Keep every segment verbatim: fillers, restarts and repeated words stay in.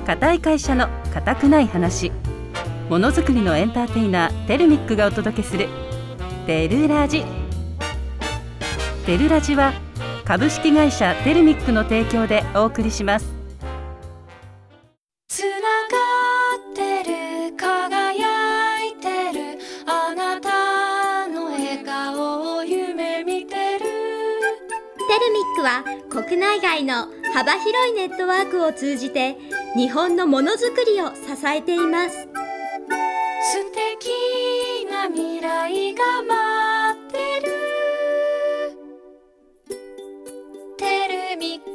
固い会社の固くない話。ものづくりのエンターテイナーテルミックがお届けするテルラジ。テルラジは株式会社テルミックの提供でお送りします。 つながってる、輝いてる、あなたの笑顔を夢見てる。 テルミックは国内外の幅広いネットワークを通じて日本のものづくりを支えています。 素敵な未来が待ってる。テルミック。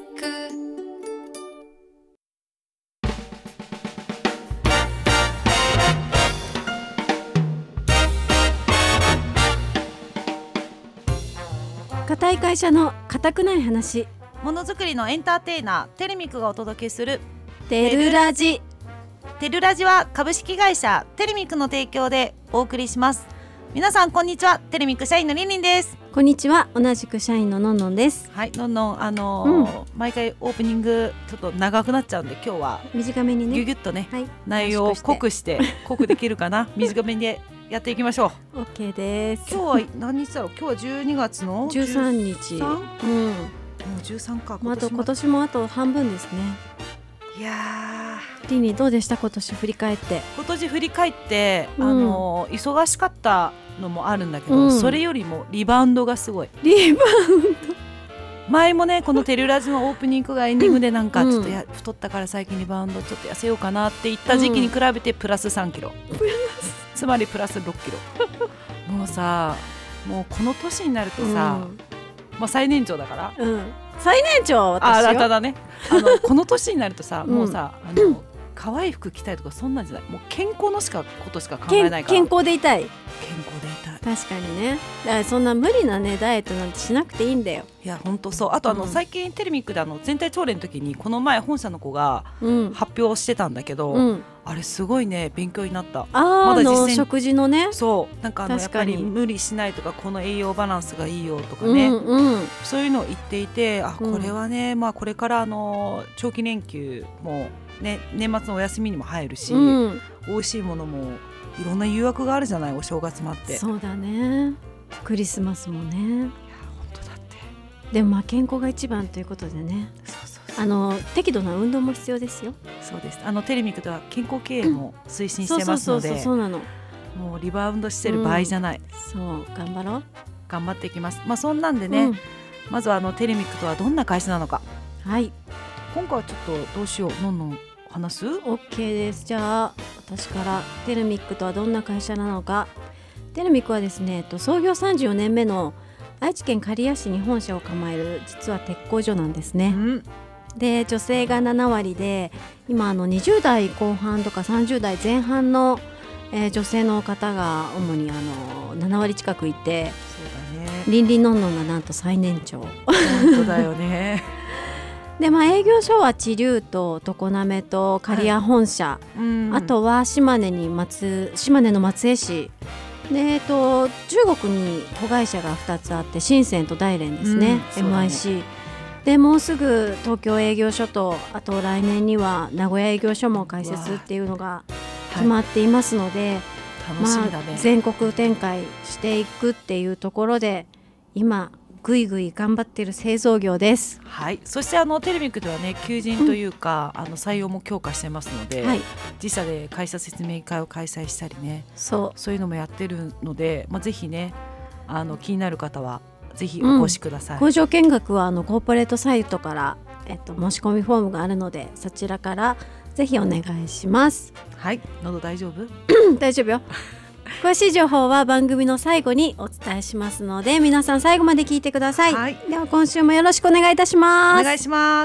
固い会社の固くない話。 ものづくりのエンターテイナーテルミックがお届けするテルラジ。 テルラジは株式会社テルミックの提供でお送りします。皆さんこんにちは。テルミック社員のりんりんです。 こんにちは。同じく社員ののんのんです。 はい、のんのん、あのーうん、毎回オープニングちょっと長くなっちゃうんで、今日は短めにね、 ギュギュッとね、 はい、 内容を濃くして濃くできるかな短めでやっていきましょう。 OK です。 今日は何日だろう。今日はじゅうにがつのじゅうさんにち。 じゅうさん？うん、もうじゅうさんか。 今年も今年もあと半分ですね。 いやー、リニーどうでした？今年振り返って。 今年振り返って、 うん、 あの忙しかったのもあるんだけど、 うん、 それよりもリバウンドがすごい。 リバウンド前もね、このテルラジのオープニングがエンディングでなんかちょっとや、うん、太ったから最近リバウンドちょっと痩せようかなって言った時期に比べてプラスさんキロ、うん、つまりプラスろっキロもうさ、もうこの年になるとさ、うん、まあ最年長だから、 うん、最年長は私よ。 あ、だだね。あのこの年になるとさ、もうさ、あの、うん、可愛い服着たいとかそんなんじゃない。もう健康のしかことしか考えないから。 健康でいたい。 健康でいたい。 確かにね。だからそんな無理なねダイエットなんてしなくていいんだよ。 いや本当そう。あとあの、うん、最近テレミックであの全体朝礼の時にこの前本社の子が発表してたんだけど、うん、あれすごいね勉強になった。 あ、まだ実践食事のね。 そうなんかあのやっぱり無理しないとか、この栄養バランスがいいよとかね、うんうん、そういうのを言っていて、あ、これはね、うん、まあこれからあの長期連休もね、年末のお休みにも入るし、うん、美味しいものもいろんな誘惑があるじゃない、お正月もあって。 そうだね、クリスマスもね。いや本当だって。 でもまあ健康が一番ということでね。 そうそうそう、 あの適度な運動も必要ですよ。 そうです。あのテレミックでは健康経営も推進してますので、 そうそうそうそうなの。 もうリバウンドしてる場合じゃない、 うん、そう頑張ろう。 頑張っていきます。まあそんなんでね、うん、まずはあのテレミックとはどんな会社なのか。 はい、 今回はちょっとどうしよう、のんのん話す？ OK です。じゃあ私からテルミックとはどんな会社なのか。テルミックはですね、創業さんじゅうよねんめの愛知県刈谷市に本社を構える実は鉄工所なんですね、うん、で女性がななわりで、今あのにじゅうだいこう半とかさんじゅうだいぜん半の、えー、女性の方が主にあのななわり近くいて、 そうだね、 りんりんのんのんがなんと最年長。 本当だよね。 でまあ、営業所は知立と常滑と刈谷本社、はい、うん、あとは島根に松島根の松江市で、えっと、中国に子会社がふたつあって、深センと大連ですね、うん、エムアイシー でもうすぐ東京営業所と、あと来年には名古屋営業所も開設っていうのが決まっていますので、 はい、楽しみだね。 まあ、全国展開していくっていうところで今ぐいぐい頑張っている製造業です。 はい、そしてあのテレミックではね、求人というか、うん、あの採用も強化してますので、はい、自社で会社説明会を開催したりね、そう、そういうのもやってるので、まあ、ぜひね、あの気になる方はぜひお越しください、うん、 工場見学はあのコーポレートサイトから、えっと、申し込みフォームがあるので、そちらからぜひお願いします。 はい、喉大丈夫？ 大丈夫よ。詳しい情報は番組の最後にお伝えしますので、皆さん最後まで聞いてください、はい、では今週もよろしくお願いいたします。 お願いします。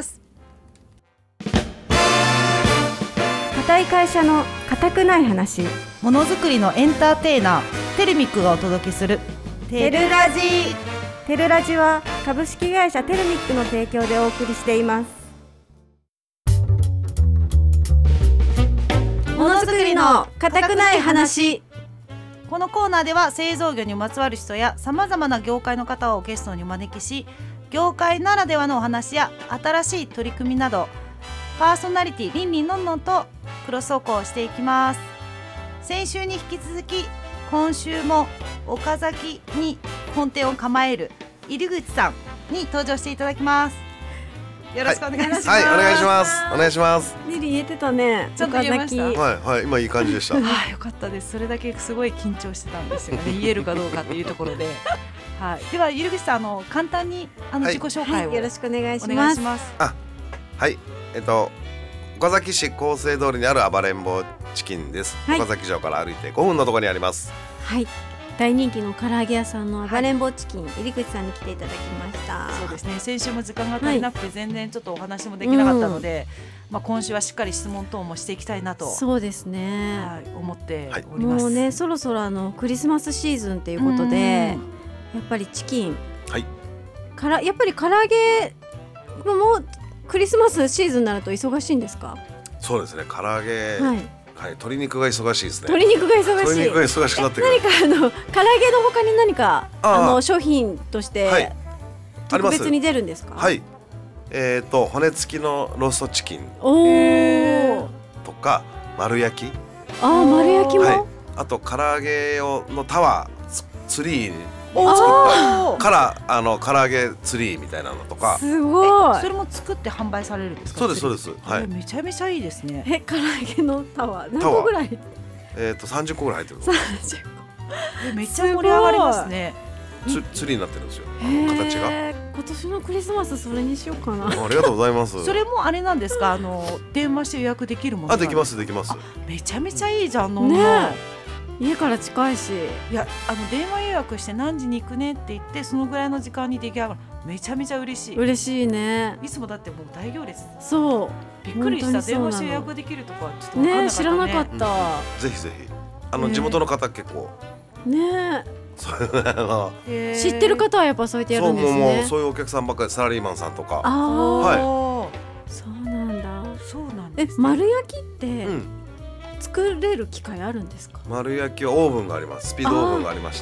固い会社の固くない話、 ものづくりのエンターテイナーテルミックがお届けするテルラジ。テルラジは株式会社テルミックの提供でお送りしています。ものづくりの固くない話。 このコーナーでは製造業にまつわる人やさまざまな業界の方をゲストにお招きし、業界ならではのお話や新しい取り組みなど、 パーソナリティリンリンのんのんとクロス走行していきます。先週に引き続き今週も岡崎に本店を構える入口さんに登場していただきます。よろしくお願いします。 はい、はい、お願いします。お願いします。 リリ言えてたね。 ちょっと言えました。 はいはい、今いい感じでした。 ああ、よかったです。それだけすごい緊張してたんですよね。言えるかどうかっていうところで。はい。では入口さん、あの簡単にあの自己紹介を、 はい、よろしくお願いします。 お願いします。 あ、はい。えっと岡崎市厚生通りにある暴れん坊チキンです。はい、岡崎城から歩いてごふんのところにあります。 はい。大人気の唐揚げ屋さんの暴れん坊チキン、入口さんに来ていただきました。 そうですね。先週も時間が足りなくて全然ちょっとお話もできなかったので、うん、まあ今週はしっかり質問等もしていきたいなと。 そうですね。 はい、思っております。 もうね、そろそろあのクリスマスシーズンということで、やっぱりチキン。はい。からやっぱり唐揚げもうクリスマスシーズンになると忙しいんですか？ そうですね。唐揚げ。はい。はい、鶏肉が忙しいですね。 鶏肉が忙しい。 鶏肉が忙しくなってくる。 何かあの唐揚げの他に何かあの商品として、はい、特別に出るんですか？ はい。えっ、ー、と骨付きのローストチキンおとか丸焼き。 ああ、丸焼きも。はい、 あと唐揚げ用のタワーツリーを作ったからあの唐揚げツリーみたいなのとか。 すごい。 それも作って販売されるんですか？ そうですそうです。はい。 めちゃめちゃいいですね。 え、唐揚げのタワー何個ぐらい？ えっと三十個ぐらい入ってる。 三十個。 めっちゃ盛り上がりますね。 ツツリーになってるんですよ。形が。 今年のクリスマスそれにしようかな。 ありがとうございます。 それもあれなんですか？あの電話して予約できるもの？ あ、できますできます。 めちゃめちゃいいじゃん。 ね。家から近いし、 いやあの電話予約して何時に行くねって言ってそのぐらいの時間に出来上がる。めちゃめちゃ嬉しい。 嬉しいね。 いつもだってもう大行列。 そう。 びっくりした。電話して予約できるとかちょっと分かんなかったね。 ね、知らなかった。 うん、ぜひぜひ。あの地元の方結構。 ね。知ってる方はやっぱそうやってやるんですね。 そうもうそういうお客さんばっかりサラリーマンさんとか。 ああ。 はい。 そうなんだ。 そうなんです。 え、丸焼きって。うん作れる機械あるんですか？ 丸焼きはオーブンがあります。スピードオーブンがありまして、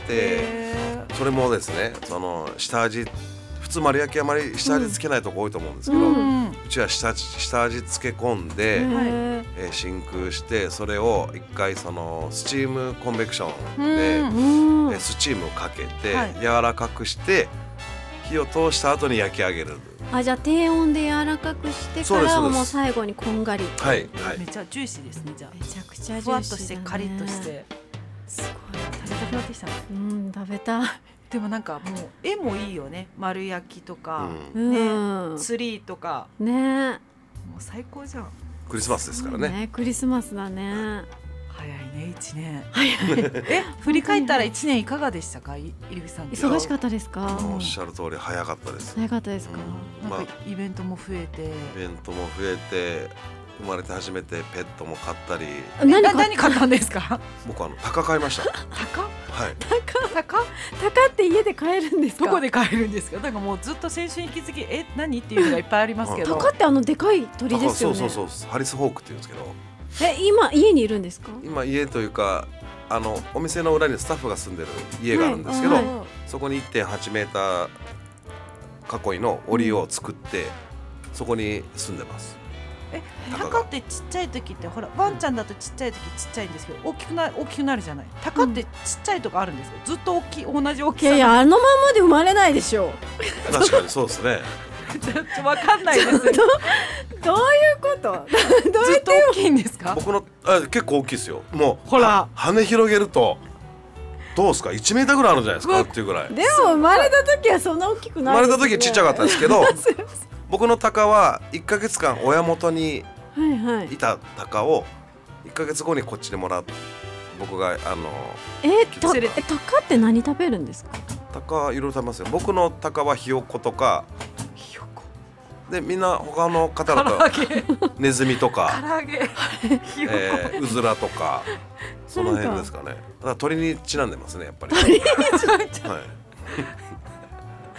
それもですね、その下味普通丸焼きはあまり下味つけないとこ多いと思うんですけど、うん、うちは下味下味つけ込んで、えー、真空してそれを一回そのスチームコンベクションで、うん、えスチームをかけて、はい、柔らかくして火を通した後に焼き上げる。 あ、じゃあ低温で柔らかくしてからもう最後にこんがり。 はいはい。 めちゃジューシーですね。じゃあめちゃくちゃジューシーだね。 ふわっとしてカリッとして。すごい食べたくなってきたね。 うん、食べたい。 でもなんかもう絵もいいよね。丸焼きとか、うん、ね、うん、ツリーとかね。もう最高じゃん。 クリスマスですからね。 ね、クリスマスだね。 早いね、一年。早い。え、振り返ったら一年いかがでしたか、入口さん。 忙しかったですか。 おっしゃる通り早かったです。 早かったですか。 うん、なんかイベントも増えて。イベントも増えて、生まれて初めてペットも飼ったり。 何何買ったんですか。 僕あの鷹飼いました。 鷹？ はい。 鷹？鷹？ 鷹って家で飼えるんですか。 どこで飼えるんですか。なんかもうずっと先週に引き続きえ何っていうのがいっぱいありますけど。 鷹ってあのでかい鳥ですよね。 そうそうそう、ハリスホークって言うんですけど。 え、今家にいるんですか。 今家というかあのお店の裏にスタッフが住んでる家があるんですけど、はいはい、そこに いってんはちメーター囲いの檻を作って、うん、そこに住んでます。 え、鷹ってちっちゃい時ってほらワンちゃんだとちっちゃい時ちっちゃいんですけど大きくな大きくなるじゃない。鷹ってちっちゃいとかあるんですか。ずっと大きい同じ大きさ。 いやいや、あのままで生まれないでしょう。 確かにそうですね。 ちょっとわかんないです。どういうこと？どうやってずっと大きいんですか？ 僕のあ結構大きいですよ。もうほら羽広げるとどうですか？いちメーターぐらいあるんじゃないですかっていうぐらい。 でも生まれた時はそんな大きくない、 ね。生まれた時ちっちゃかったですけど、僕の鷹はいっかげつかん親元にいた鷹をいっかげつごにこっちでもらって、僕があのえたえ鷹って何食べるんですか？ 鷹いろいろ食べますよ。僕の鷹はひよことか。でみんな他の方だとネズミとかえー、うずらとかその辺ですかね。だから鳥にちなんでますねやっぱり。鳥にちなんで、はい、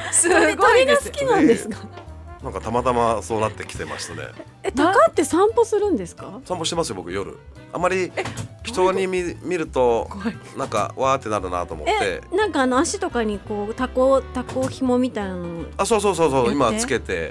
すごいです。 鳥が好きなんですか？ なんかたまたまそうなってきてましたね。 え、鷹って散歩するんですか？ 散歩してますよ僕夜。あまり人に 見, 見るとなんかわーってなるなと思って。 え、なんかあの足とかにこうタコタコ紐みたいなの。 あ、そうそうそうそう今つけて。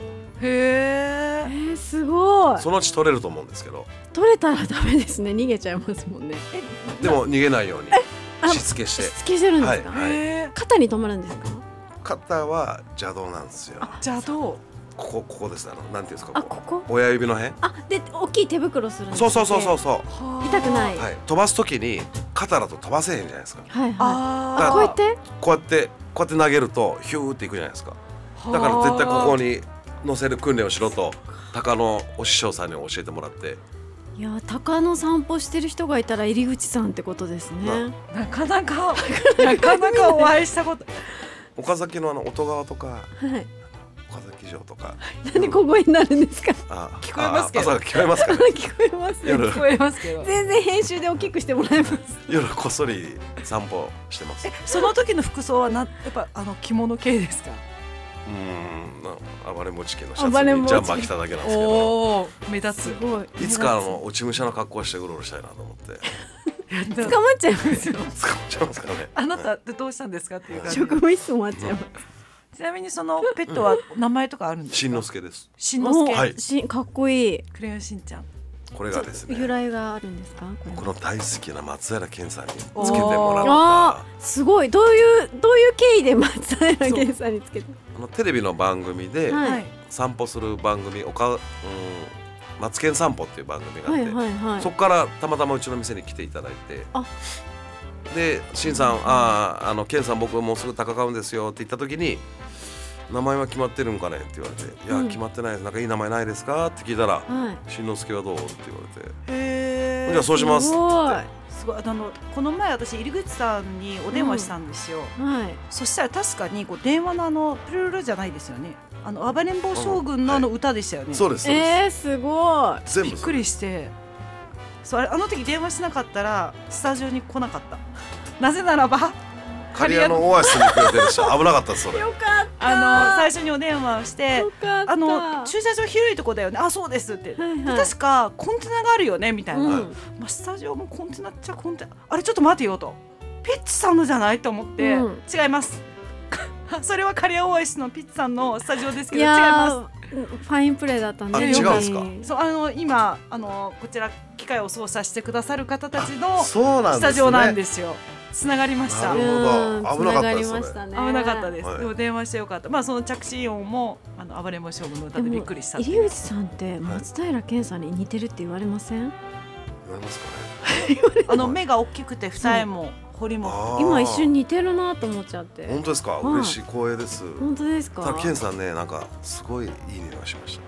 へえ、すごい。 そのうち取れると思うんですけど。 取れたらダメですね。逃げちゃいますもんね。 でも逃げないようにしつけして。 しつけしてるんですか。 はいはい、 肩に止まるんですか。 肩は邪道なんですよ。 邪道。 ここここです。あのなんていうんですか。 あ、ここ。 親指の辺。 あ、で大きい手袋するんです。 そうそうそうそうそう。 痛くない。 はい。飛ばすときに肩だと飛ばせへんじゃないですか。 はいはい。あ、こうやってこうやってこうやって投げるとヒューっていくじゃないですか。だから絶対ここに乗せる訓練をしろと鷹のお師匠さんに教えてもらって。 いや、鷹の散歩してる人がいたら入口さんってことですね。 なかなかなかなかお会いしたこと。 岡崎のあの音川とか、はい、岡崎城とか。 なんで小声になるんですか。 あ、聞こえますけど。 聞こえますか。 聞こえます。 聞こえますけど。 全然編集で大きくしてもらいます。 夜こっそり散歩してます。 その時の服装はな、やっぱあの着物系ですか。 うん、暴れん坊チキンのシャツにジャンバー着ただけなんですけど。おお、目立つ。すごい。 いつかあの落ち武者の格好してうろうろしたいなと思って。 捕まっちゃいますよ。 捕まっちゃいますかね。 あなたってどうしたんですかっていう感じ。 職務質問あっちゃいます。 ちなみにそのペットは名前とかあるんですか。 しんのすけです。 しんのすけ。 はい。 しかっこいい。 クレヨンしんちゃん。 これがですね。 由来があるんですか。 この大好きな松平健さんにつけてもらった。 あ、すごい。どういうどういう経緯で松平健さんにつけて。 あのテレビの番組で散歩する番組、おか、うん、マツケン散歩っていう番組があって、はいはいはい、そこからたまたまうちの店に来ていただいて、あで、しんさん、ああ、あの健さん僕もうすぐ戦うんですよって言った時に、名前は決まってるんかねって言われて、いや、うん、決まってないです、なんかいい名前ないですかって聞いたら、はい、しんのすけはどうって言われて、へー、じゃあそうしますって言って。 すごい、あのこの前私入口さんにお電話したんですよ、うんはい、そしたら確かにこう電話のあのプルルルじゃないですよね、あの暴れん坊将軍のあの歌でしたよね、はい、 そうです。 えー、すごい。 全部びっくりして、そう、あの時電話しなかったらスタジオに来なかった。なぜならば刈谷のオアシスにくれてるし、危なかったそれ。 よかった。 あの最初にお電話をして、あの駐車場広いとこだよね。あ、そうですって。はいはい、確かコンテナがあるよねみたいな。うん、まあスタジオもコンテナっちゃコンテナ。あれちょっと待てよと。ピッチさんのじゃないと思って、うん、違います。それは刈谷オアシスのピッチさんのスタジオですけど、違います。 ファインプレーだったんで。 違うんですか。 そう、あの今あのこちら機械を操作してくださる方たちのスタジオなんですよ。つながりました。 なるほど。危なかったです。 危なかったです。はい、でも電話してよかった。まあその着信音もあの暴れん坊将軍の歌でびっくりした。 入口さんって松平健さんに似てるって言われません？言われますかね。 あの目が大きくて二重も彫りも。 今一瞬似てるなと思っちゃって。 本当ですか。嬉しい、光栄です。 本当ですか。 ただ健さんね、なんかすごいいい匂いがしました。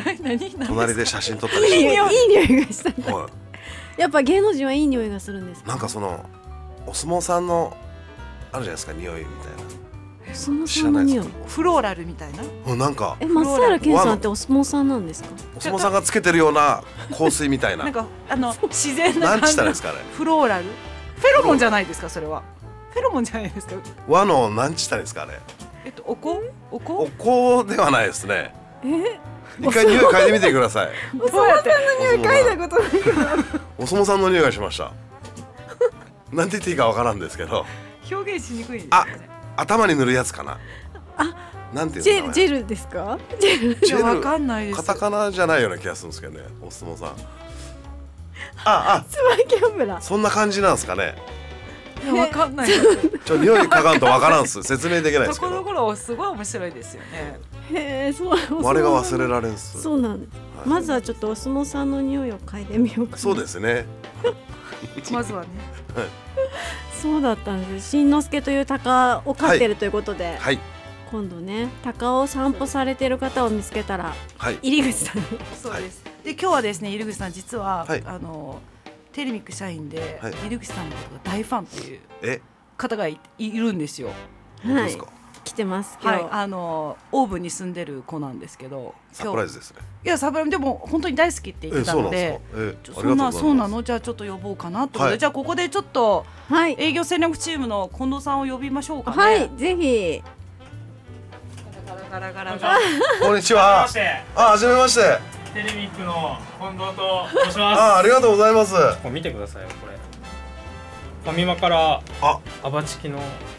はい、何？ 隣で写真撮ったりして。 いい匂いがした。はい。やっぱ芸能人はいい匂いがするんですか。 なんかそのお相撲さんのあるじゃないですか、匂いみたいな。 お相撲さんの匂い。 フローラルみたいな。 もうなんか。 え、松平健さんってお相撲さんなんですか。 お相撲さんがつけてるような香水みたいな。 なんかあの自然な感じ。なんつったんですかね。 フローラル。フェロモンじゃないですか、それは。フェロモンじゃないですか。 和のなんつったんですかね。 えっとお香？お香？ お香ではないですね。 え？ 一回匂い嗅いでみてください。 お相撲さんの匂い嗅いだことないから。 お相撲さんの匂いがしました。なんて言っていいかわからんですけど。 表現しにくいですね。 あ、頭に塗るやつかな。 あ、 なんていうの？ ジェル、ジェルですか？ ジェル。ジェルわかんないです。 カタカナじゃないような気がするんですけどね、お相撲さん。あ、あ、 椿油。 そんな感じなんですかね。 わかんない。 ちょ匂い嗅がんとわからんす。説明できないですけど。 ところどころすごい面白いですよね。 へえ、そう。 あれが忘れられんす。 そうなんです。まずはちょっとお相撲さんの匂いを嗅いでみようかな。 そうですね。 まずはね。 そうだったんです。しんのすけという鷹を飼ってるということで、 はい、 今度ね、鷹を散歩されている方を見つけたら、はい、入口さんに。 そうです。で今日はですね、入口さん実は、はい、あのテレミック社員で、はい、入口さんのことが大ファンっていう方が い, いるんですよ。 はい。 来てます今日、 はい、あのオーブンに住んでる子なんですけど、 サプライズですね。 いやサプライズでも本当に大好きって言ってたので、えー、そんなそうなのじゃあちょっと呼ぼうかなと、はい、じゃあここでちょっと、はい、営業戦略チームの近藤さんを呼びましょうかね。 はい、ぜひ。 ガラガラガラこんにちは。あ、はじめまして。 テレミックの近藤と申します。 あ、ありがとうございます。 これ見てくださいよ、これ。ファミマからあ、 アバチキの。 あ、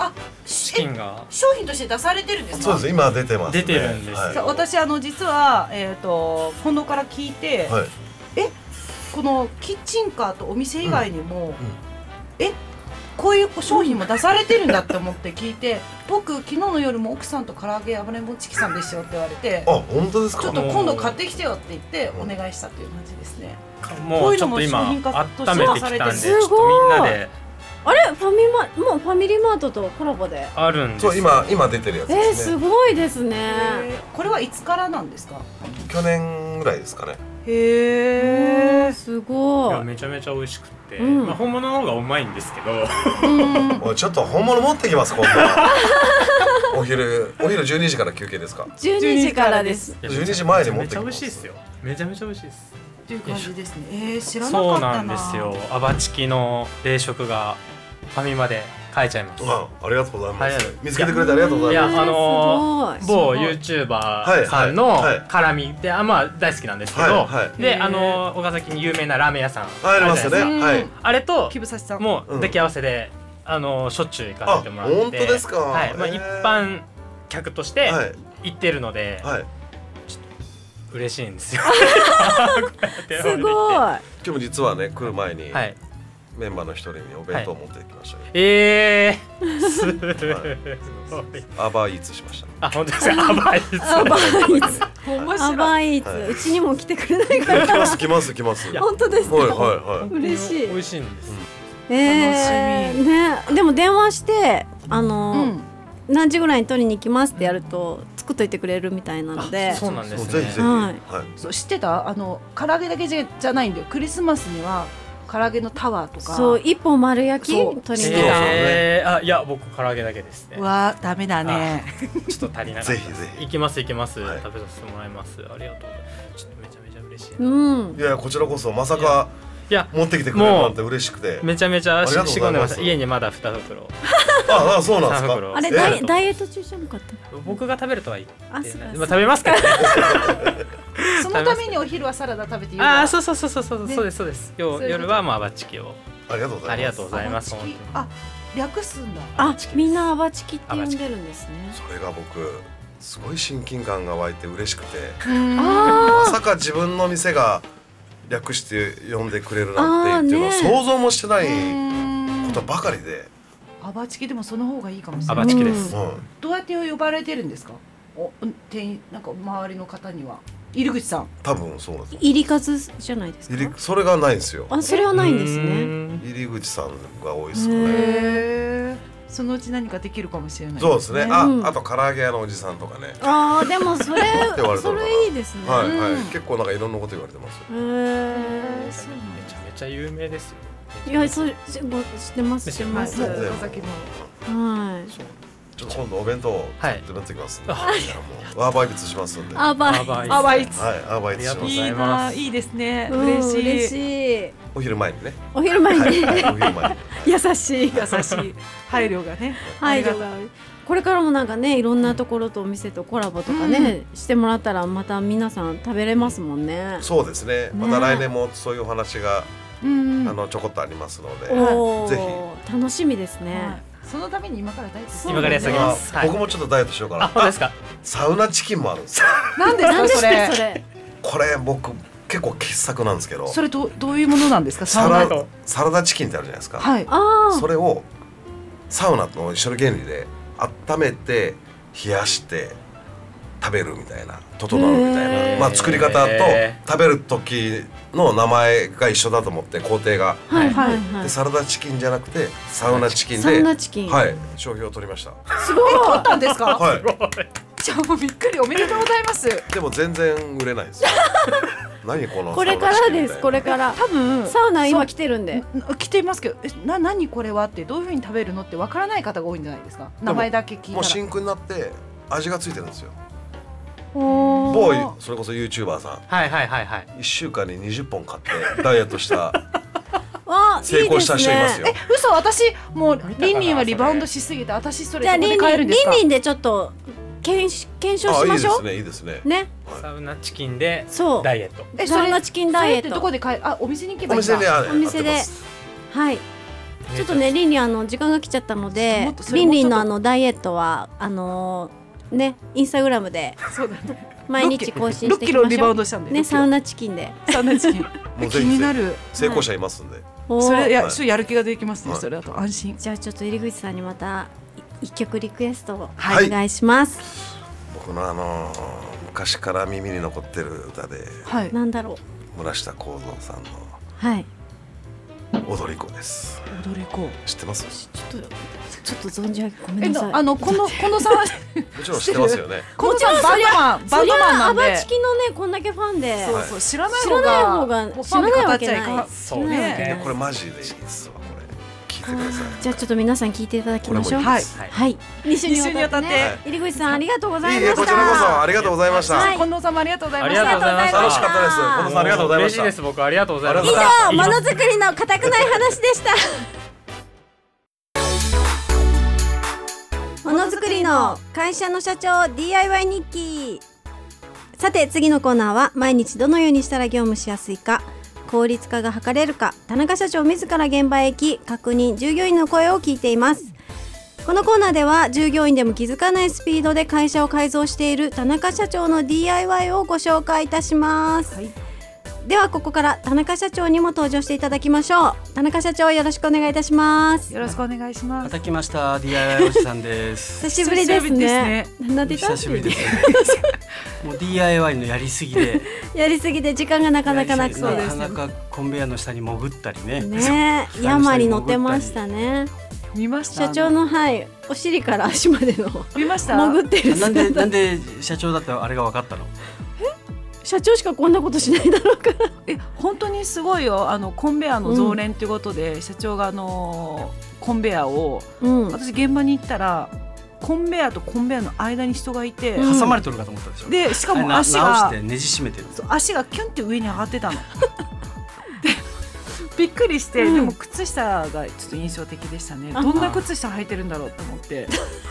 チキンが商品として出されてるんですか？ そうです、今出てますね。 出てるんですよ。 はい、 私あの実はえっ、ー、と近藤から聞いて、はい、えこのキッチンカーとお店以外にも、うんうん、えこういう商品も出されてるんだって思って聞いて、僕昨日の夜も奥さんと唐揚げ暴れん坊チキさんですよって言われて、 あ本当ですか？ ちょっと今度買ってきてよって言ってお願いしたっていう感じですね。 もうちょっと今温めてきたんで、ちょっとみんなで。 あれファミマもうファミリーマートとコラボであるんです。 そう今今出てるやつですね。 えー、すごいですね。 これはいつからなんですか？ 去年ぐらいですかね。 へえ、 すごい。 いやめちゃめちゃ美味しくて、うん、まあ本物の方がうまいんですけど。 おいちょっと本物持ってきます今度。お昼お昼じゅうにじから休憩ですか？ じゅうにじからです。 じゅうにじまえに持ってきます。 めちゃ美味しいですよ。めちゃめちゃ美味しいです。 っていう感じですね。えー、知らなかったな。 そうなんですよ。アバチキの冷食がファミマで買えちゃいます。 あ、ありがとうございます。はい、見つけてくれてありがとうございます。 いや、あのー、某 ユーチューバー さんの絡みで、あ、まあ大好きなんですけど、はいはい、で、あのー、岡崎に有名なラーメン屋さんありますよね。はい。 あれともう抱き合わせで、あのー、しょっちゅう行かせてもらって、 本当ですか。 はい、まあ一般客として行ってるので、はい、ちょっと嬉しいんですよ。 すごい。 今日も実はね来る前に。はい。メンバーの一人にお弁当を持ってきましたよ。 はい、ええー、すごい。 アバーイーツしました。 あ、本当ですか。アバーイーツ。 アバーイーツ。アバーイーツ、はい、うちにも来てくれないから。 来ます来ます来ます。 本当ですか。 はいはいはい。 嬉しい。 美味しいんです。 うん、ええー、ね、でも電話してあのーうん、何時ぐらいに取りに行きますってやると作っといてくれるみたいなので。 そうなんですね。 ぜひぜひ。 はい。 そう知ってた？あの唐揚げだけじゃじゃないんだよ。クリスマスには。唐揚げのタワーとかそう一本丸焼き取りに来た、 えー、あいや僕唐揚げだけですね。 わーダメだね。 ちょっと足りなかった。 ぜひぜひ行きます行きます、はい、食べさせてもらいます。ありがとうございます。ちょっとめちゃめちゃ嬉しい。 うん。 いやこちらこそまさかいや持ってきてくれるなんて嬉しくてめちゃめちゃ仕込んでました。家にまだに袋。 ああそうなんですか。 あれダイダイエット中じゃなかった。 僕が食べるとは言ってない。まあ食べますからね。 そのためにお昼はサラダ食べている。 ああそうそうそうそうそうそうですそうです。夜はもうアバチキを。 ありがとうございます。 ありがとうございます。 あ略すんだ。 あみんなアバチキって呼んでるんですね。 それが僕すごい親近感が湧いて嬉しくて。まさか自分の店が略して呼んでくれるなんてっていうのは想像もしてないことばかりで。 アバチキでもその方がいいかもしれない。 アバチキです。 どうやって呼ばれてるんですか？お店員なんか周りの方には。入口さん多分そうです。 入り数じゃないですか。 入りそれがないんですよ。 あそれはないんですね。 入り口さんが多いですかね。 そのうち何かできるかもしれない、ね。 そうですね。あ、うん、あと唐揚げ屋のおじさんとかね。 ああでもそれそれいいですね。 はいはい、うん、結構なんかいろんなこと言われてます。 へえ。 めちゃめちゃ有名ですよ。 いやそう知ってます知ってます。 お酒も。 はい。 ちょっと今度お弁当を作って持ってきますんで、はい、ワーバイツしますんで。 アーバイアーバイツ。 はい、アーバイツします。 いいな、いいですね。嬉しい。 嬉しい。 お昼前にね。 お昼前に。 お昼前に。 優しい優しい配慮がね。 配慮が。これからもなんかねいろんなところとお店とコラボとかねしてもらったらまた皆さん食べれますもんね。 そうですね。また来年もそういうお話があのちょこっとありますので、ぜひ楽しみですね。 そのために今からダイエット今からやってきます。 僕もちょっとダイエットしようかな。 あ、そうですか。 サウナチキンもあるんですよ。 なんですかそれ。 それ。 これ僕結構傑作なんですけど。 それどどういうものなんですか。 サラサラダチキンってあるじゃないですか。 はい。 それをサウナの一緒の原理で温めて冷やして食べるみたいな整うみたいな、まあ作り方と食べる時の名前が一緒だと思って工程が、 はいはいはい、 でサラダチキンじゃなくてサウナチキンでサウナチキンはい商標を取りました。 すごい取ったんですか。 はいじゃあもうびっくりおめでとうございます。 でも全然売れないですよ何このこれからですこれから多分サウナ今来てるんで来てますけどえな何これはってどういう風に食べるのってわからない方が多いんじゃないですか。名前だけ聞いたらもう真空になって味がついてるんですよ。某それこそ ユーチューバーさんはいはいはいはいいっしゅうかんににじゅっぽん買ってダイエットしたわ成功した人いますよ。 え嘘私もうリンリンはリバウンドしすぎて私それどこで買えるんですか。 リンリンでちょっと検検証しましょう。 あいいですねいいですね。 サウナチキンでダイエット。 えサウナチキンダイエットどこで買えあお店に行けばいいんだ。 お店でお店ではいちょっとねリンリンあの時間が来ちゃったので、リンリンのあのダイエットはあのー、ねインスタグラムで毎日更新していきましょう。ろっキロリバウンドしたんでね、サウナチキンでサウナチキンもう気になる成功者いますんで、 はい、それや、はい、やる気ができますね、はい、それだと安心。 じゃあちょっと入口さんにまた一曲リクエストをお願いします。 はい、僕のあのー、昔から耳に残ってる歌で、 はい、なんだろう、村下幸三さんのはい踊り子です。 踊り子知ってます？ ちょっとちょっと存じ上げごめんなさい。 あのこのこのさんはもちろん知ってますよね。 このさんバンドマンバンドマンなんで。 ハバチキのねこんだけファンで、 そうそう知らない方が知らないわけない。 そうね。これマジでいいですわこれ。聞いてください。 じゃあちょっと皆さん聞いていただきましょう。 はいはい。二週にわたって入口さんありがとうございました。 こちらこそありがとうございました。 近藤さんもありがとうございました。 ありがとうございました。 楽しかったです。近藤さんありがとうございました。嬉しいです。僕ありがとうございました。以上ものづくりの固くない話でした。ものづくりの会社の社長 ディーアイワイ 日記。さて次のコーナーは毎日どのようにしたら業務しやすいか、効率化が図れるか、田中社長自ら現場へ行き確認、従業員の声を聞いています。このコーナーでは従業員でも気づかないスピードで会社を改造している田中社長の ディーアイワイ をご紹介いたします。はい、ではここから田中社長にも登場していただきましょう。田中社長よろしくお願いいたします。 よろしくお願いします。 また来ました ディーアイワイ おじさんです。 久しぶりですね。 久しぶりですね。もう ディーアイワイ のやりすぎでやりすぎで時間がなかなかなくて、 なかなかコンベヤーの下に潜ったりね。 ね、山に乗ってましたね。 見ました。 社長のはいお尻から足までの見ました。 潜ってる。 なんでなんで社長だってあれが分かったの？ 社長しかこんなことしないだろうから。 え本当にすごいよ。あのコンベヤーの増連ということで、うん、社長があのコンベヤーを、うん、私現場に行ったらコンベヤーとコンベヤーの間に人がいて、 うん、挟まれてるかと思ったでしょ。 でしかも足が直してねじ締めてる。 足がキュンって上に上がってたの。でびっくりして、うん、でも靴下がちょっと印象的でしたね。どんな靴下履いてるんだろうと思って。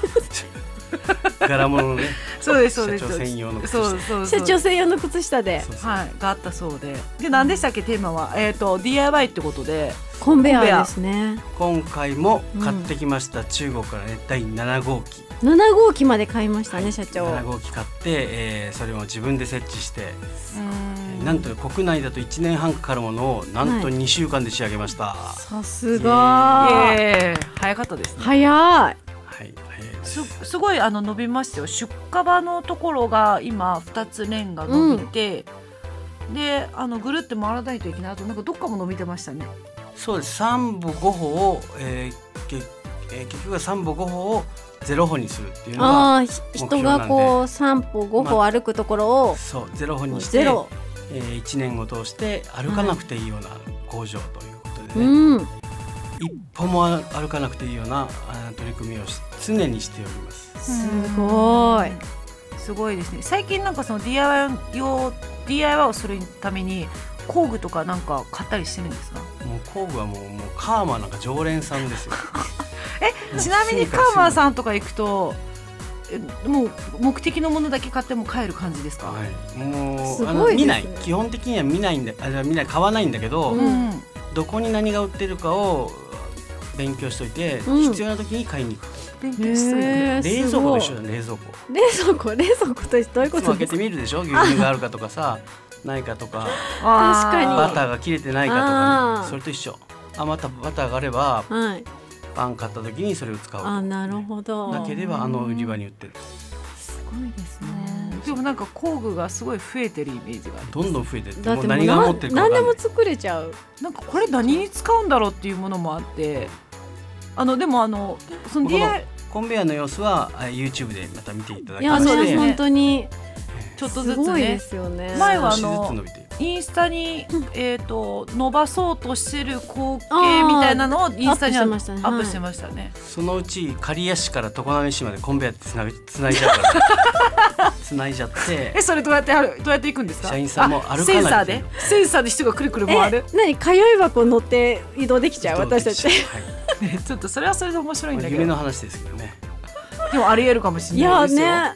柄物のね。 そうですそうです。 社長専用の靴下。 そうそうそう。 社長専用の靴下で、 そうそうはいがあったそうで。で何でしたっけテーマはえっ、ー、と ディーアイワイ ってことでコンベヤーですね。 今回も買ってきました、うん、中国からねだいなな号機。 なな号機まで買いましたね、はい、社長。 なな号機買って、えー、それを自分で設置して、うんなんと国内だといちねんはんかかるものをなんとにしゅうかんで仕上げました。 はい、さすがー早かったですね。 早い。 はい、 す, すごいあの伸びましたよ。出荷場のところが今ふたつレンが伸びて、うん、であのぐるって回らないといけない。あとなんかどっかも伸びてましたね。 そうです。さんぼごほを、えーけえー、結局はさんぼごほをゼロほにするっていうのが目標なんで、 人がこうさんぽごほ歩くところを、 ま、そうゼロほにして、えー、いちねんを通して歩かなくていいような工場ということでね、うん、一歩も歩かなくていいような取り組みを常にしております。 すごいすごいですね。最近なんかその ディーアイワイ 用 ディーアイワイ をするために工具とかなんか買ったりしてるんですか？ もう工具はもう、もうカーマなんか常連さんですよ。 えちなみにカーマーさんとか行くとえもう目的のものだけ買っても帰る感じですか？ はい、もう、ね、あの見ない基本的には見ないんだあ見ない買わないんだけど、うん、どこに何が売ってるかを勉強しといて、うん、必要な時に買いに行く。 勉強しといて冷蔵庫と一緒だ。冷蔵庫冷蔵庫冷蔵庫とどういうことですか？ 開けてみるでしょ。牛乳があるかとかさないかとか確かにバターが切れてないかとか、ね、それと一緒。あまたバターがあれば、はい、パン買った時にそれを使う。 あなるほど。 なければあの売り場に売ってる。 すごいですね。 でもなんか工具がすごい増えてるイメージがあります。 どんどん増えてる。 だってもう何が持ってるか分かんない。何でも作れちゃう。 なんかこれ何に使うんだろうっていうものもあって、あのでもあのその ディーアイコンベヤーの様子は YouTube でまた見ていただきます。いやね本当にちょっとずつね。 すごいですよね。 前はあのインスタに、えー、と伸ばそうとしてる光景みたいなのをインスタにアップしてましたね。アップしてましたね。 そのうち刈谷市から常滑市までコンベヤーってつなぎつないじゃうからつないじゃって。 えそれどうやってあるどうやって行くんですか？ 社員さんも歩かない。 センサーでセンサーで人がくるくる回る。 え何通い箱乗って移動できちゃう私たち。はいね、ちょっとそれはそれで面白いんだけど。 夢の話ですけどね。 でもありえるかもしれないですよ。 いやね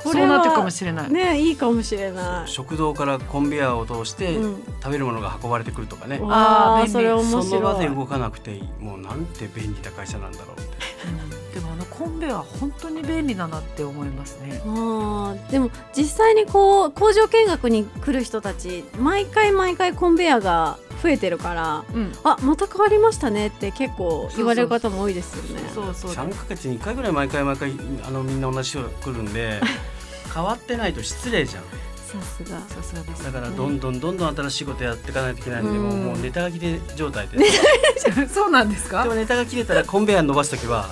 そうなってるかもしれないね。いいかもしれない。 食堂からコンベヤーを通して食べるものが運ばれてくるとかね。 ああ、それ面白い。 その場で動かなくていい。もうなんて便利な会社なんだろうって。 でもあのコンベヤー本当に便利だなって思いますね。 あでも実際にこう工場見学に来る人たち毎回毎回コンベヤーが増えてるから、うん、あまた変わりましたねって結構言われる方も多いですよね。 そうそうさんかげつにいっかいぐらい毎回毎回あのみんな同じ人が来るんで変わってないと失礼じゃん。 さすがさすがです、 ね、だからどんどんどんどん新しいことやっていかないといけないんで、うん、もうもうネタが切れ状態でそうなんですか。 でもネタが切れたらコンベヤー伸ばすときは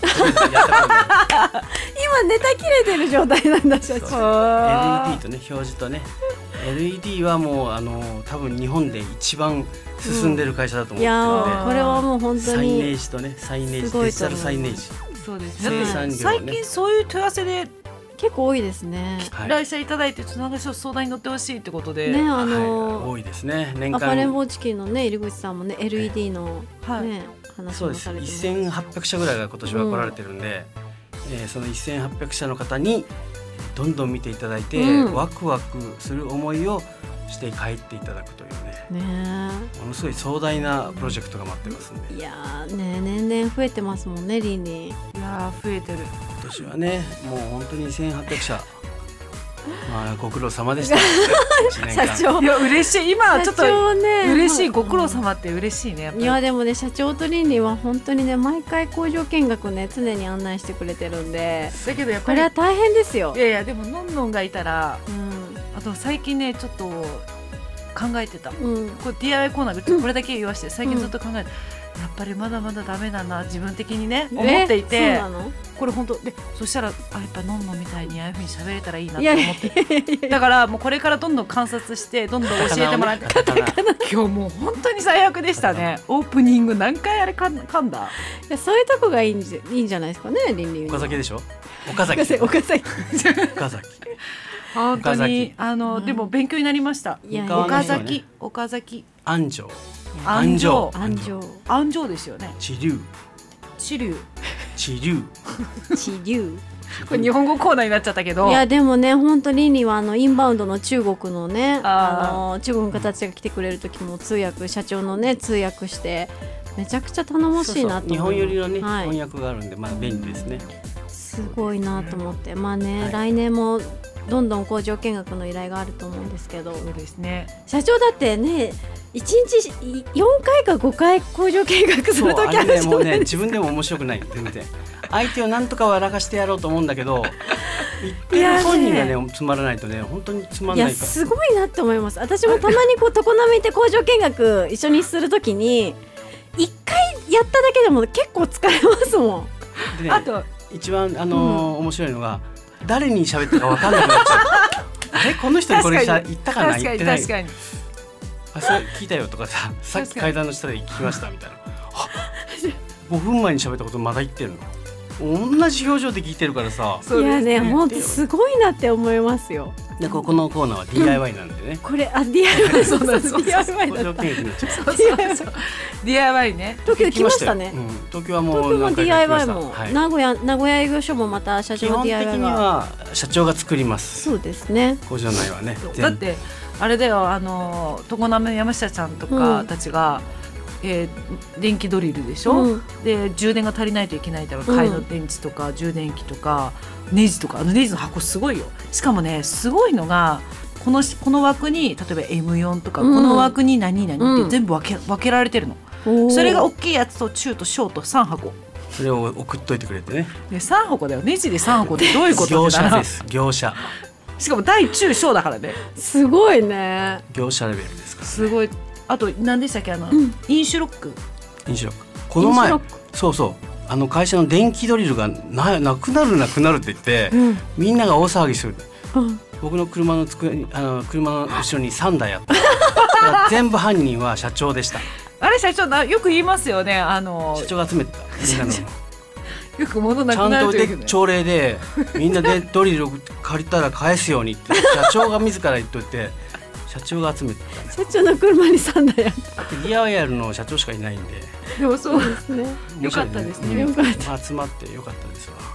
今ネタ切れてる状態なんだ。社長 エルイーディー とね表示とね エルイーディー はもうあの多分日本で一番進んでる会社だと思ってるので、うん、 いやこれはもう本当にサイネージとねサイネージデジタルサイネージそうですね。生産量ね、最近そういう問い合わせで結構多いですね。 依頼者いただいてちょっとなんか相談に乗ってほしいってことで、 ね、あのーはい、多いですね。年間赤レンボーチキンのね入口さんもね エルイーディー の、ねはい、話もされてます。 そうです。せんはっぴゃくしゃぐらいが今年は来られてるんで、うんえー、そのせんはっぴゃくしゃの方にどんどん見ていただいて、うん、ワクワクする思いをして帰っていただくというね、ねものすごい壮大なプロジェクトが待ってますんで。 いやーね年々増えてますもんねリンリン。いやー増えてる。 今年はねもう本当にせんはっぴゃくしゃまあご苦労様でした社長いや嬉しい。今ちょっと嬉しい、ご苦労様って嬉しいね。やっぱりいやでもね社長とリンリンは本当にね毎回工場見学ね常に案内してくれてるんで、 だけどやっぱりこれは大変ですよ。 いやいやでものんのんがいたら、うん、あと最近ねちょっと考えてた、うん、これ ディーアイワイ コーナーこれだけ言わして最近ずっと考えて、うん、やっぱりまだまだダメだな自分的にね思っていて、 そうなのこれ本当でそしたらあやっぱのんのんみたいにああいうふうに喋れたらいいなって思ってだからもうこれからどんどん観察してどんどん教えてもらって今日もう本当に最悪でしたね。オープニング何回あれかん噛んだ。 いやそういうとこがいいんじゃいいんじゃないですかね。リンリン岡崎でしょ。岡崎岡崎岡崎本当にあの、うん、でも勉強になりました。いや岡崎岡崎安城安城安城安城ですよね。 地流地流地流地流これ日本語コーナーになっちゃったけど、 いやでもね本当リンリンはあのインバウンドの中国のねあの中国の方たちが来てくれる時も通訳社長のね通訳してめちゃくちゃ頼もしいなと思う。 日本寄りのね、はい、翻訳があるんでまあ便利ですね。 すごいなと思ってまあね、はい、来年もどんどん工場見学の依頼があると思うんですけど。 そうですね。 社長だってねいちにちよんかいかごかい工場見学するときあるじゃないですか。 もうね自分でも面白くない全然相手をなんとか笑かしてやろうと思うんだけど言ってる本人がねつまらないとね本当につまらないから。 いやすごいなって思います。私もたまにこう常滑行って工場見学一緒にするときにいっかいやっただけでも結構疲れますもん。 でね、あと一番あのーうん、面白いのが誰に喋ったか分かんなくなっちゃうあれこの人にこれさ言ったかな言ってない。確かにあそれ聞いたよとかささっき階段の下で聞きましたみたいなごふんまえに喋ったことまだ言ってるの同じ表情で聞いてるからさ。 いやねほんとすごいなって思いますよ。 でここのコーナーは ディーアイワイ なんでね、うん、 これあ ディーアイワイ そうそうそう ディーアイワイ だった ディーアイワイ ね東京来ましたね。 うん、東京はもう東京も ディーアイワイ も、はい、名古屋名古屋営業所もまた社長の ディーアイワイ が基本的には社長が作ります。 そうですね。 工場内はねだってあれだよあの常滑山下ちゃんとかたちが、うんえー、電気ドリルでしょ、うん、で充電が足りないといけないだろう替えの電池とか、うん、充電器とかネジとかあのネジの箱すごいよ。しかもねすごいのがこの、この枠に例えば エムよん とか、うん、この枠に何々って全部分け、分けられてるの、うん、それが大きいやつと中と小とさんはこそれを送っといてくれてね。 でさんはこだよネジでさんはこってどういうこと業者です業者しかも大中小だからね。 すごいね業者レベルですから、ね、 すごい。あと何でしたっけあの、うん、飲酒ロック飲酒ロックこの前そうそうあの会社の電気ドリルが な, なくなるなくなるって言って、うん、みんなが大騒ぎする、うん、僕の車のつくあの車の後ろにさんだいあった全部犯人は社長でした。 あれ社長なよく言いますよねあの社長が集めてたみんなのよく物なくなるという、ね、 ちゃんと朝礼でみんなでドリルを借りたら返すようにって社長が自ら言っといて社長が集めてた、ね、 社長の車にさんだいあった。 ディーアイワイ の社長しかいないんででもそうですねよかったですね、 うん、よかった集まってよかったですわ。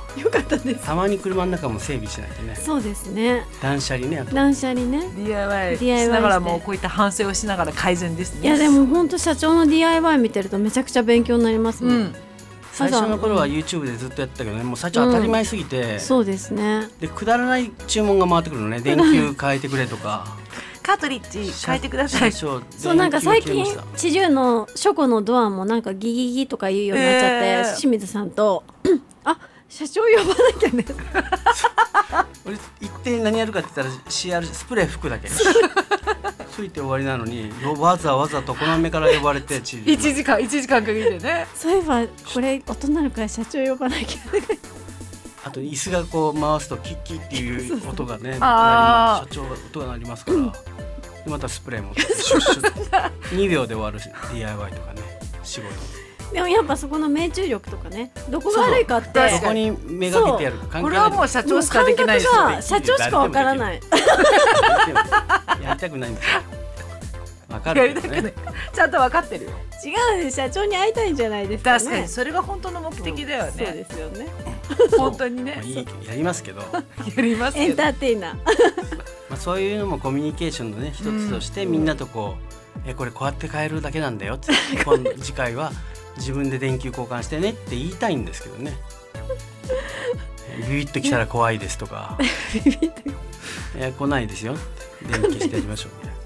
よかったです。 たまに車の中も整備しないとね。 そうですね。 断捨離ね。 断捨離ね。 ディーアイワイ しながらもこういった反省をしながら改善ですね。 いやでも本当社長の ディーアイワイ 見てるとめちゃくちゃ勉強になりますね。うん、 最初の頃は YouTube でずっとやってたけどね、もう最初当たり前すぎて、うん、 そうですね。 でくだらない注文が回ってくるのね。電球変えてくれとか。 カートリッジ変えてください。 そうなんか最近知事の書庫のドアもなんかギギギとか言うようになっちゃって、えー、清水さんとあ社長呼ばなきゃね。 俺一定何やるかって言ったら シーアール スプレー吹くだけ吹いて終わりなのにわざわざ常滑から呼ばれて知事いちじかんいちじかんかけてね。 そういえばこれ音なるから社長呼ばなきゃね。 あと椅子がこう回すとキッキッっていう音がね、社長音が鳴りますから、うん、でまたスプレーもシュッシュッにびょうで終わる ディーアイワイ とかね、仕事でもやっぱそこの命中力とかね、どこが悪いかってそこにめがけてやる。 これはもう社長しかできないですよ。 社長しかわからない。 やりたくないんですよ。わかるけどね。 ちゃんとわかってるよ。 違うね、社長に会いたいんじゃないですかね。 確かにそれが本当の目的だよね。 そうですよね。 本当にね。 やりますけど。 やりますけど。 エンターテイナー。 まあそういうのもコミュニケーションのね一つとしてみんなとこうえこれこうやって変えるだけなんだよって今度次回は自分で電球交換してねって言いたいんですけどね。ビビッときたら怖いですとか。いや来ないですよ。電気してやりましょうね。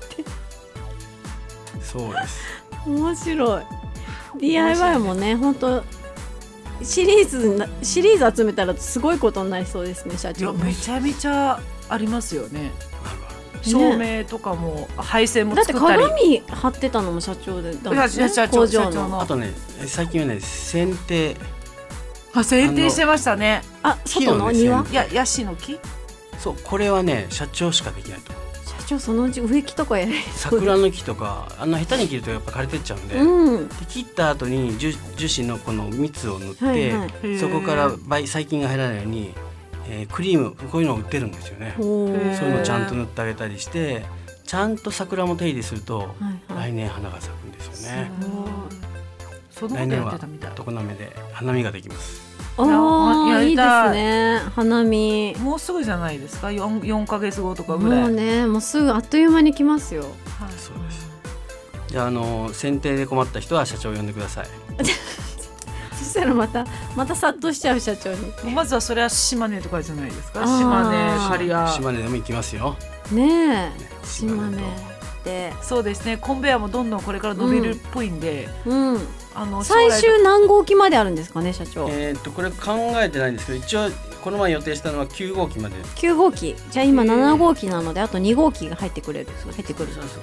そうです。 面白い。ディーアイワイ もね、本当シリーズシリーズ集めたらすごいことになりそうですね、社長。 いやめちゃめちゃありますよね。照明とかも、ね、配線も作ったり。 だって鏡貼ってたのも社長でだもんね。工場の。 あとね、最近はね、剪定。 あ、剪定してましたね。 あ、外の庭？ いや、ヤシの木？ そう、これはね、社長しかできないと思う。 社長そのうち植木とかやりそう。 桜の木とか、あんな下手に切るとやっぱ枯れてっちゃうんで、 うん、 で切った後に樹樹脂のこの蜜を塗って、はいはい、そこから細菌が入らないように、えー、クリームこういうのを売ってるんですよね。そういうのをちゃんと塗ってあげたりして、ちゃんと桜も手入れすると、はいはい、来年花が咲くんですよね。来年は常滑で花見ができます。 ああ、いいですね。花見もうすぐじゃないですか。 4, 4ヶ月後とかぐらい。 もうね、もうすぐあっという間に来ますよ。はい、 そうです。じゃあ、あの剪定で困った人は社長を呼んでください。 そしたらまたまた殺到しちゃう社長に。 まずはそれは島根とかじゃないですか。島根、刈谷。 島根でも行きますよ。 ねえ、ね、島根で。 そうですね。コンベヤもどんどんこれから伸びるっぽいんで。 うん。うん、あの最終何号機まであるんですかね、社長。 えー、っとこれ考えてないんですけど、一応この前予定したのはきゅう号機まで。 きゅう号機。じゃあ今なな号機なので、あとに号機が入ってくれる。入ってくる。 そうそう。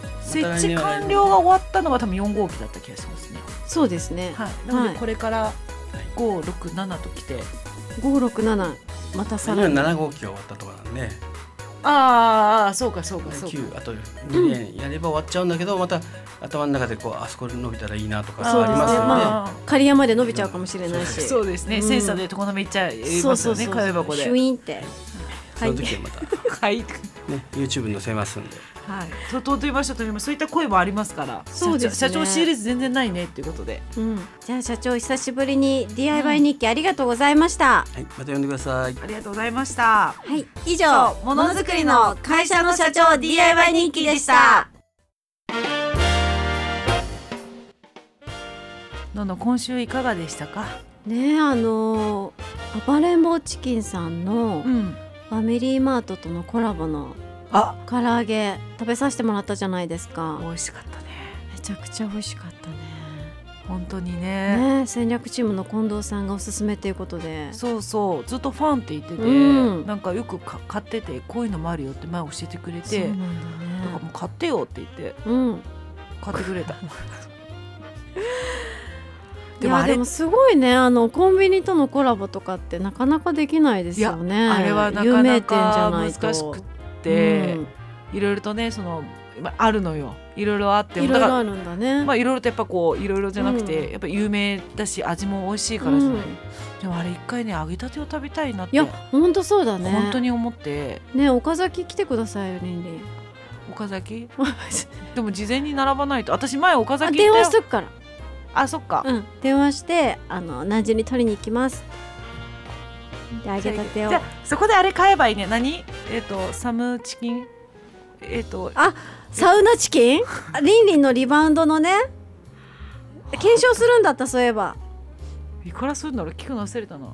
設置完了が終わったのが多分よん号機だった気がしますね。 そうですね。 はい。なのでこれからご、ろく、ななときて。 ご、ろく、ななまたさらになな号機が終わったところなんで。 ああ、そうかそうかそうか。 きゅうあとにねんやれば終わっちゃうんだけど、また頭の中でこうあそこで伸びたらいいなとかありますよね。まあ刈谷まで伸びちゃうかもしれないし。 そうですね。センサーで常滑行っちゃいますよね。替え箱で。 シュイーンって。 その時はまたはいね YouTube 載せますんで。 はい。ととと言いましたと言います。そういった声もありますから。 そうですね。 社長シリーズ全然ないねっていうことで。 うん。じゃあ社長久しぶりに ディーアイワイ 日記ありがとうございました。はい。また呼んでください。 ありがとうございました。 はい。以上ものづくりの会社の社長 ディーアイワイ 日記でした。 どんどん今週いかがでしたか。 ねえ、あのー、暴れん坊チキンさんの、うん、ファミリーマートとのコラボのあ唐揚げ食べさせてもらったじゃないですか。 美味しかったね。 めちゃくちゃ美味しかったね。 本当に ね, ね戦略チームの近藤さんがおすすめということで。 そうそう、ずっとファンって言ってて、うん、なんかよくか買っててこういうのもあるよって前教えてくれて、そうなんだね、だからもう買ってよって言って、うん、買ってくれた。 でもあれでもすごいね、あのコンビニとのコラボとかってなかなかできないですよね。 あれはなかなか難しくって、うん、いろいろとね、そのあるのよ。いろいろあっても、 いろいろあるんだね。 まあいろいろとやっぱこういろいろじゃなくて、うん、やっぱ有名だし味も美味しいからじゃない。うん、でもあれ一回ね揚げたてを食べたいなって。 いや本当そうだね。 本当に思って。 ね、岡崎来てくださいよ、リンリン。 岡崎？でも事前に並ばないと。私前岡崎行ったよ。 電話しとくから。 あ、そっか、 うん、電話してあの何時に取りに行きます。 で揚げたてを。 じゃあそこであれ買えばいいね。何？えっ、ー、とサムチキン。えっ、ー、とあサウナチキン？リンリンのリバウンドのね。検証するんだったそういえば。 いくらするんだろう聞くの忘れたな。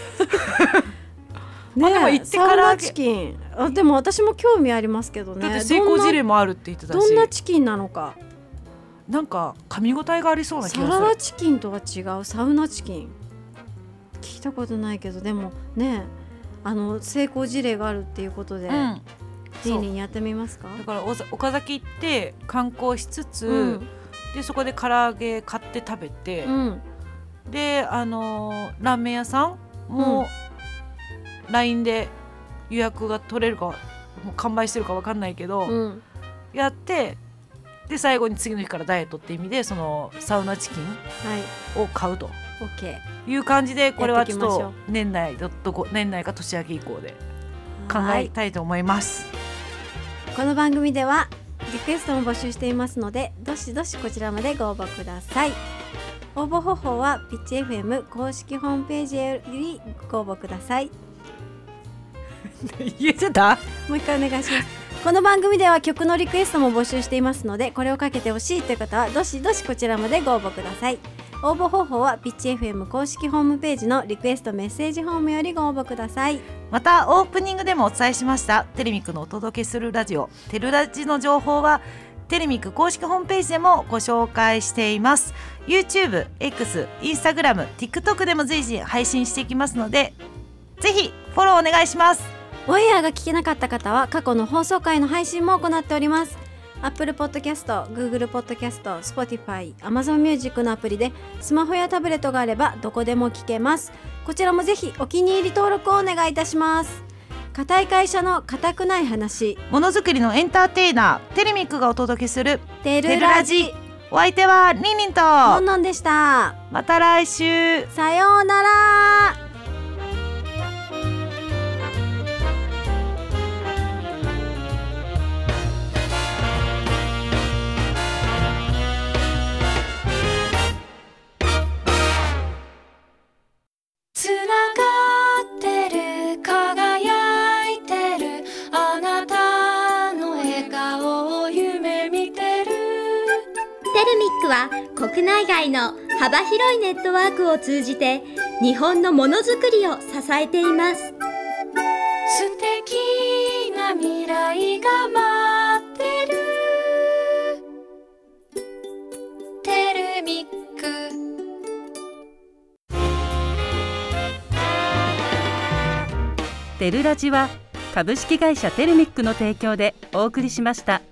ねえ、でも行ってからサウナチキン。あでも私も興味ありますけどね。 だって成功事例もあるって言ってたし。 どんなチキンなのか。 なんか噛み応えがありそうな気がする。 サラダチキンとは違うサウナチキン。聞いたことないけどでもねあの成功事例があるっていうことで、うん、リンリンやってみますか。 だから岡崎行って観光しつつ、うん、でそこで唐揚げ買って食べて、うん、であのー、ラーメン屋さんも、うん、ライン で予約が取れるかもう完売してるか分かんないけど、うん、やってで最後に次の日からダイエットって意味でそのサウナチキンを買うと、はい、いう感じでこれはちょっと年内どっと年内か年明け以降で考えたいと思います。 この番組ではリクエストも募集していますのでどしどしこちらまでご応募ください。応募方法はピッチ エフエム 公式ホームページよりご応募ください。 言えてた？ もう一回お願いします。この番組では曲のリクエストも募集していますのでこれをかけてほしいという方はどしどしこちらまでご応募ください。応募方法はピッチ エフエム 公式ホームページのリクエストメッセージフォームよりご応募ください。 またオープニングでもお伝えしましたテレミックのお届けするラジオテルラジの情報はテレミック公式ホームページでもご紹介しています。 YouTube、X、Instagram、TikTok でも随時配信していきますのでぜひフォローお願いします。 オンエアが聞けなかった方は過去の放送回の配信も行っております。 Apple Podcast、Google Podcast、Spotify、Amazon Music のアプリでスマホやタブレットがあればどこでも聞けます。こちらもぜひお気に入り登録をお願いいたします。固い会社の固くない話、 ものづくりのエンターテイナーテレミックがお届けするテルラジ。 お相手はリンリンとのんのんでした。 また来週、 さようなら。 つながってる輝いてるあなたの笑顔を夢見てる。 テルミックは国内外の幅広いネットワークを通じて日本のものづくりを支えています。 素敵な未来が待ってる。テルミックテルラジは株式会社テルミックの提供でお送りしました。